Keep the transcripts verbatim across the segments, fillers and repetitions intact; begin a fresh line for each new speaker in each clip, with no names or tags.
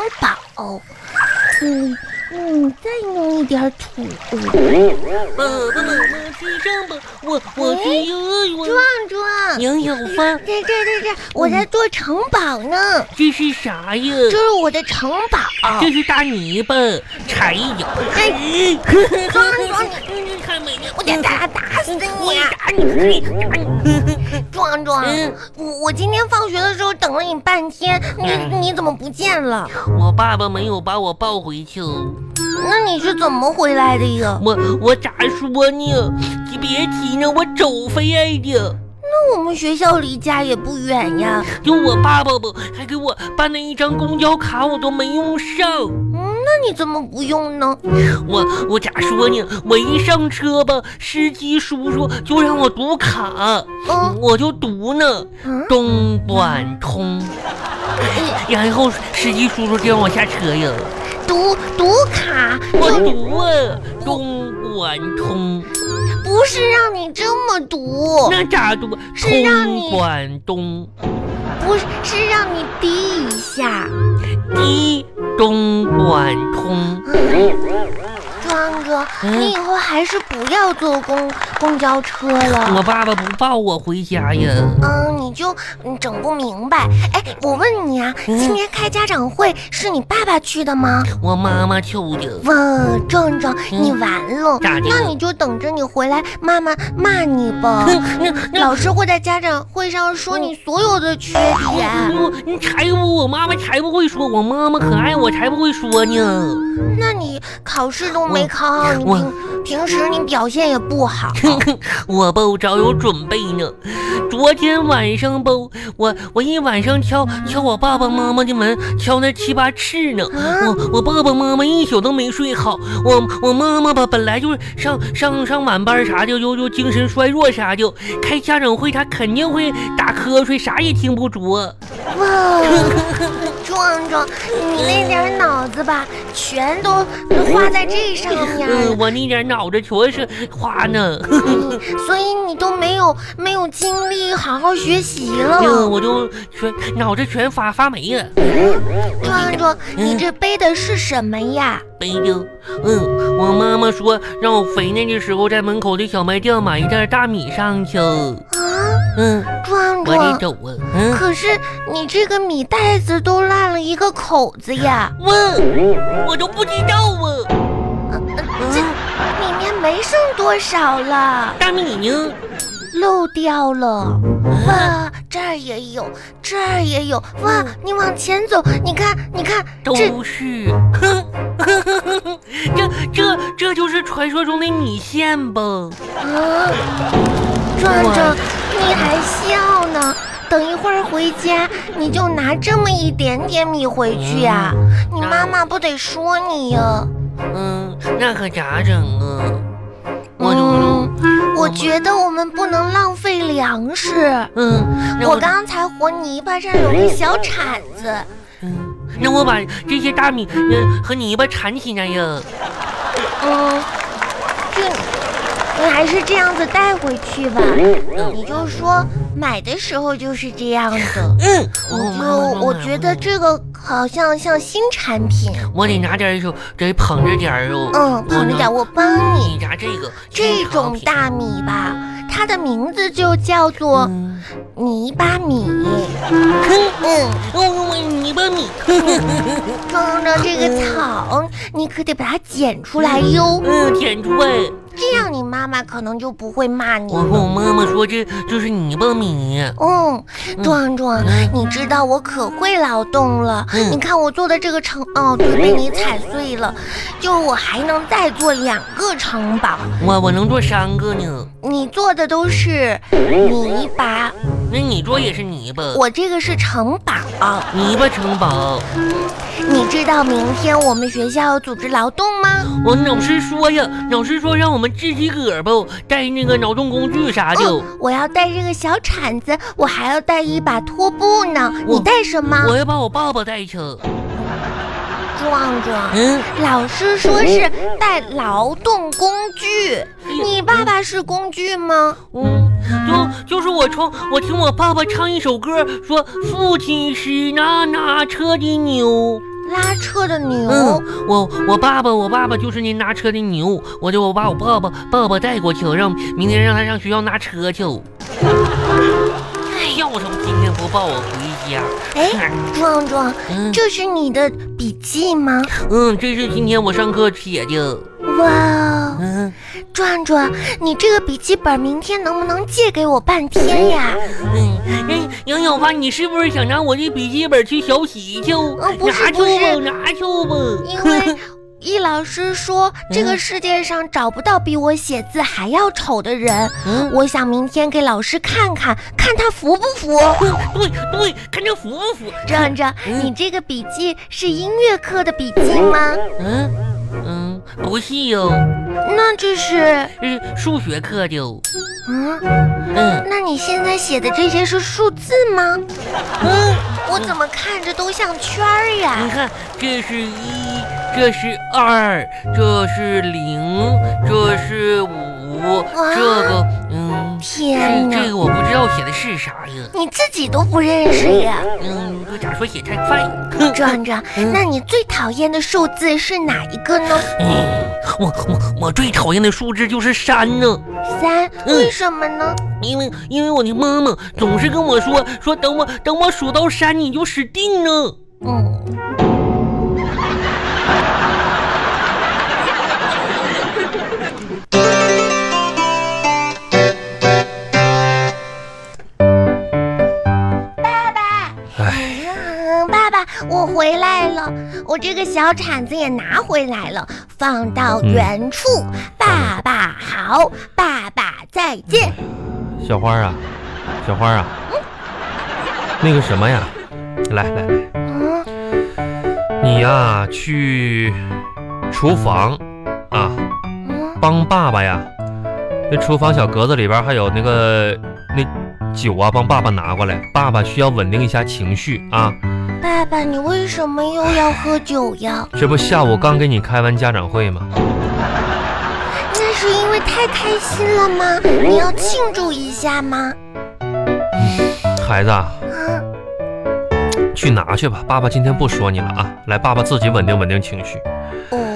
堡。嗯嗯，再弄一点土。
爸爸妈妈去上班，我我去幼儿园。
壮壮，
杨小芳，
这这这这，我在做城堡呢。
这是啥呀？
这是我的城堡。
这是大泥巴，柴油。
哎，壮壮，
你看没呢？
我得打打死你！
我也打你，打你！
壮壮，
嗯，
我我今天放学的时候等了你半天，你你怎么不见了？
我爸爸没有把我抱回去。
那你是怎么回来的呀？
我我咋说呢？你别提呢，我走回来的。
那我们学校离家也不远呀。
就我爸爸吧，还给我办了一张公交卡，我都没用上。
嗯，那你怎么不用呢？
我我咋说呢？我一上车吧，司机叔叔就让我读卡，
嗯，
我就读呢，
嗯
东莞通。然后司机叔叔就让我下车呀。
读读卡，
我
就
读啊，东莞通。
不是让你这么读，
那咋读？
是让你
东莞东。
不是是让你滴一下。
滴东莞通。
壮哥，
嗯
你以后还是不要坐公公交车了。
我爸爸不抱我回家呀。
嗯，你就嗯整不明白。哎，我问你啊，
嗯
今天开家长会是你爸爸去的吗？
我妈妈去的。
哇，壮壮，
嗯
你完了，
咋的
那你就等着你回来，妈妈骂你吧。
那那
老师会在家长会上说你所有的缺点。
我你才不，我妈妈才不会说，我妈妈可爱我才不会说呢。
那你考试都没考好，你
我
平平时你表现也不好。
我吧早有准备呢。昨天晚上吧，我我一晚上敲敲我爸爸妈妈的门，敲了七八次呢。
啊
我我爸爸妈妈一宿都没睡好。我我妈妈吧本来就是上上上晚班啥的，就就精神衰弱啥的。开家长会她肯定会打瞌睡，啥也听不着。
哇，壮壮，你那点脑子吧，全都花在这上面
嗯，
了。
我那点脑子全是花呢。
嗯所以你都没有没有精力好好学习
嗯，
了。
我就全脑子全发发霉了。
壮壮，你这背的是什么呀？
背的，嗯，我妈妈说让我回来的时候在门口的小卖店买一袋大米上去。
啊，
嗯，
壮
我得
壮，
走啊。嗯，
可是你这个米袋子都烂了一个口子呀，
问，我都不知道啊。
这里面没剩多少了，
大米呢？
漏掉了。哇，这儿也有，这儿也有。哇，你往前走，你看，你看，这
都是，哼，这这这就是传说中的米线吧？
啊，壮壮，你还笑呢？等一会儿回家，你就拿这么一点点米回去呀、你妈妈不得说你呀？
嗯，那可咋整啊？我就，
嗯，我觉得我们不能浪费粮食。
嗯，那
我刚才和泥巴这儿有个小铲子，
嗯，那我把这些大米嗯和泥巴缠起来呀。
嗯，就你还是这样子带回去吧。你就说买的时候就是这样的。
嗯，
你就我觉得这个好像像新产品。
我得拿点手，得捧着点儿哦。
嗯，捧着点，我帮你。
你拿这个
这种大米吧，它的名字就叫做
嗯，
泥巴米。
哼，
嗯，
哦，泥巴米。
壮壮，这个草你可得把它剪出来哟，
嗯，舔出来。
这样你妈妈可能就不会骂你
我和我
了。
妈妈说这就是泥巴米。
嗯，壮壮，
嗯
你知道我可会劳动了。
嗯
你看我做的这个城，哦，对，被你踩碎了。就我还能再做两个城堡。
我我能做三个呢。
你做的都是泥巴，
那你做也是泥巴。
我这个是城堡。
泥巴城堡。
你知道明天我们学校要组织劳动吗？
我老师说呀，老师说让我们自己个儿吧，带那个劳动工具啥的。
哦，我要带这个小铲子，我还要带一把拖布呢。
我
你带什么？
我要把我爸爸带去。
壮壮，
嗯，
老师说是带劳动工具，你爸爸是工具吗？
嗯，就就是我从我听我爸爸唱一首歌，说父亲是那拿车的牛。
拉车的牛。
嗯，我我爸爸我爸爸就是那拿车的牛，我就我把我爸爸爸爸带过去，让明天让他上学校拿车去。要什么今天不抱我回家？
哎，壮壮，
嗯
这是你的笔记吗？
嗯，这是今天我上课写的。
哇哦，
嗯
壮壮，你这个笔记本明天能不能借给我半天呀？
嗯，哎，杨小发，你是不是想拿我的笔记本去小洗去？
嗯，不是
拿
不是，
去吧，拿去吧。
因为易老师说这个世界上找不到比我写字还要丑的人，
嗯，
我想明天给老师看看，看他服不服。
对对，看这服不服？
壮壮，
嗯
你这个笔记是音乐课的笔记吗？
嗯嗯，不是哟，
那这是……
这是数学课的。
嗯，
嗯
那你现在写的这些是数字吗？
嗯，
我怎么看着都像圈儿呀？
你看，这是一，这是二，这是零，这是五，这个嗯，
天哪，
这这个我不知道写的是啥呀。
你自己都不认识呀？
嗯，这咋说写太快？
壮壮，那你最讨厌的数字是哪一个呢？
嗯，我我我最讨厌的数字就是三呢。
三，
嗯
为什么呢？
因为因为我的妈妈总是跟我说说等我等我数到三你就死定了。
嗯。爸爸，嗯，爸爸，我回来了，我这个小铲子也拿回来了，放到原处。爸爸好，爸爸再见。
小花啊，小花啊，那个什么呀，来来来，
嗯，
你呀去厨房啊，
嗯，
帮爸爸呀，那厨房小格子里边还有那个那酒啊，帮爸爸拿过来，爸爸需要稳定一下情绪啊。
爸爸，你为什么又要喝酒呀？
这不下午刚给你开完家长会吗？
那是因为太开心了吗？你要庆祝一下吗？
孩子啊，
嗯，
去拿去吧，爸爸今天不说你了啊，来，爸爸自己稳定稳定情绪。
哦，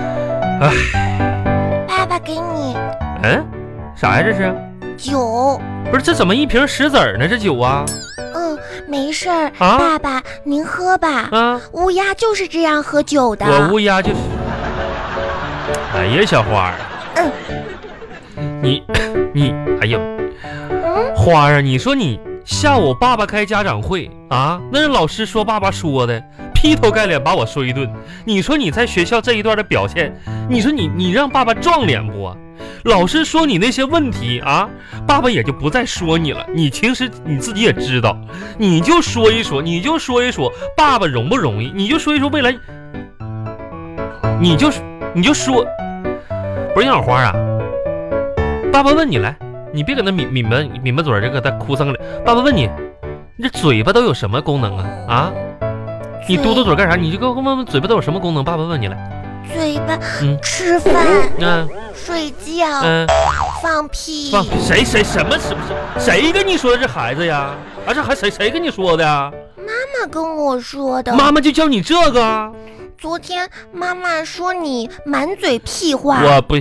哎，
爸爸给你
嗯，啥呀这是？
酒。
不是，这怎么一瓶石子儿呢？这酒啊？
嗯，没事儿，
啊
爸爸您喝吧。
啊，
乌鸦就是这样喝酒的。
我乌鸦就是。哎呀，小花儿，
嗯
你你，哎呀，
嗯，
花儿啊，你说你下午爸爸开家长会啊，那是老师说爸爸说的，劈头盖脸把我说一顿。你说你在学校这一段的表现，你说你你让爸爸撞脸不啊？老师说你那些问题啊，爸爸也就不再说你了。你其实你自己也知道，你就说一说，你就说一说，爸爸容不容易？你就说一说未来，你就你就说，不是杨小花啊？爸爸问你来，你别搁那抿抿巴抿巴嘴儿，这搁那哭丧个脸。爸爸问你，你这嘴巴都有什么功能啊？啊？你嘟嘟嘴干啥？你就跟我问问嘴巴都有什么功能？爸爸问你来。
嘴巴，
嗯
吃饭，
嗯
睡觉，
嗯。
放屁。
放谁谁什么什么谁跟你说的这孩子呀？啊，这还谁谁跟你说的呀？
妈妈跟我说的。
妈妈就教你这个啊？
昨天妈妈说你满嘴屁话。
我不。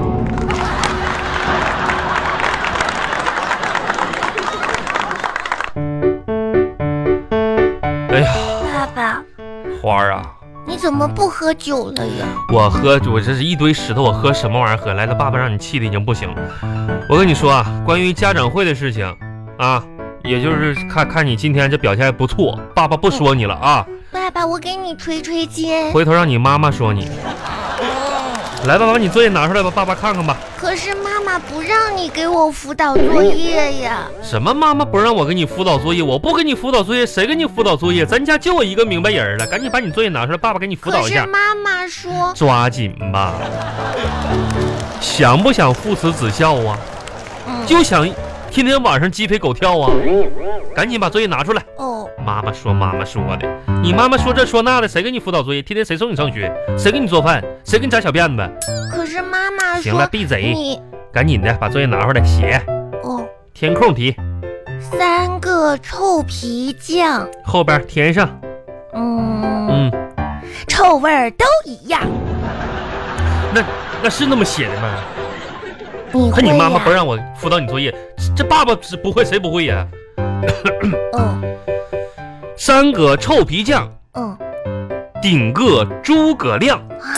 哎呀，
爸爸，
花儿啊，
你怎么不喝酒了呀？
我喝我这是一堆石头，我喝什么玩意儿喝？来了，爸爸让你气的已经不行了。我跟你说啊，关于家长会的事情啊，也就是看看你今天这表现还不错，爸爸不说你了啊。
爸爸，我给你捶捶肩。
回头让你妈妈说你。来吧，把你作业拿出来吧，爸爸看看吧。
可是妈妈不让你给我辅导作业呀。
什么妈妈不让我给你辅导作业？我不给你辅导作业，谁给你辅导作业？咱家就我一个明白人了，赶紧把你作业拿出来，爸爸给你辅导一下。
可是妈妈说，
抓紧吧。想不想父慈子孝啊？
嗯、
就想天天晚上鸡飞狗跳啊！赶紧把作业拿出来。
哦，
妈妈说，妈妈说的，你妈妈说这说那的，谁给你辅导作业？天天谁送你上学？谁给你做饭？谁给你扎小辫子？
可是妈妈说，
行了，闭嘴！
你
赶紧的把作业拿回来写。
哦，
填空题，
三个臭皮匠，
后边填上。
嗯
嗯，
臭味儿都一样。
那那是那么写的吗？
你会呀？
可你妈妈不让我辅导你作业，这爸爸是不会，谁不会呀？
哦，
三个臭皮匠，
嗯
顶个诸葛亮。
啊，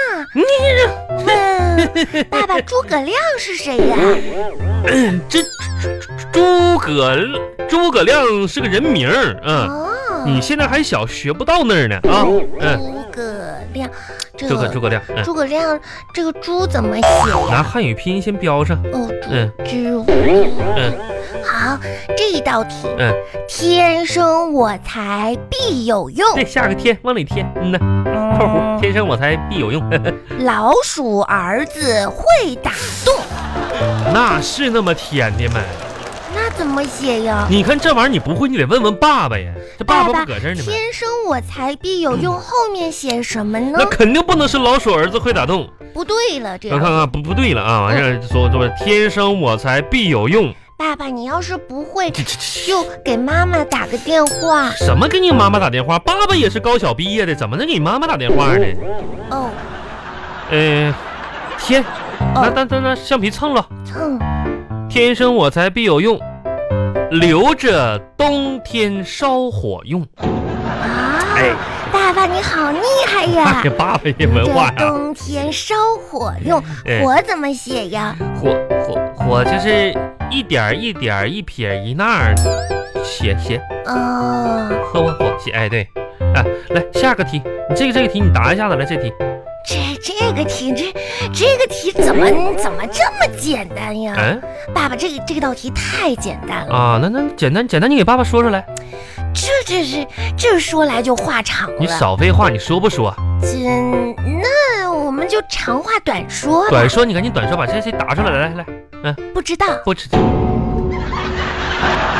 问爸爸诸葛亮是谁呀？
这诸葛诸葛亮是个人名儿，嗯，
哦，
你现在还小，学不到那儿呢啊，嗯，
诸葛亮，这
诸葛诸葛亮，嗯，
诸葛亮这个猪怎么写呀？
拿汉语拼音先标上，
哦，
嗯
猪，
嗯
好，这道题，
嗯，
天生我材必有用，
对，下个贴往里贴，嗯呐，括弧，天生我材必有用，
老鼠儿子会打洞，
那是那么甜的吗？
那怎么写呀？
你看这玩意儿你不会，你得问问爸爸呀，这爸
爸
爸不搁这儿呢吗？
天生我材必有用，后面写什么呢
那？肯定不能是老鼠儿子会打洞。
不对了，这
我看
样。
看不不对了啊！完事儿说说天生我材必有用，
爸爸，你要是不会，
这这这
就给妈妈打个电话。
什么给你妈妈打电话？爸爸也是高小毕业的，怎么能给你妈妈打电话呢？
哦，
呃，天，
哦
那那那那橡皮蹭了，
蹭
天生我材必有用，留着冬天烧火用。
啊！
哎，
爸爸你好厉害呀！
这爸爸也文化
这
呀。
冬天烧火用，
哎
火怎么写呀？
火火火就是一点儿一点儿一撇一捺儿写写，
哦，
喝我火写。哎，对，哎，来下个题，你这个这个题你答一下子，来这题。
这这个题，这这个题怎么怎么这么简单呀？
嗯
爸爸，这个这个道题太简单了，
啊，那那简单简单，你给爸爸说出来。
这这是这说来就话长了。
你少废话，你说不说？
这那我们就长话短说吧。
短说，你赶紧短说，把这些答出来。来来来，
不知道。
不知道。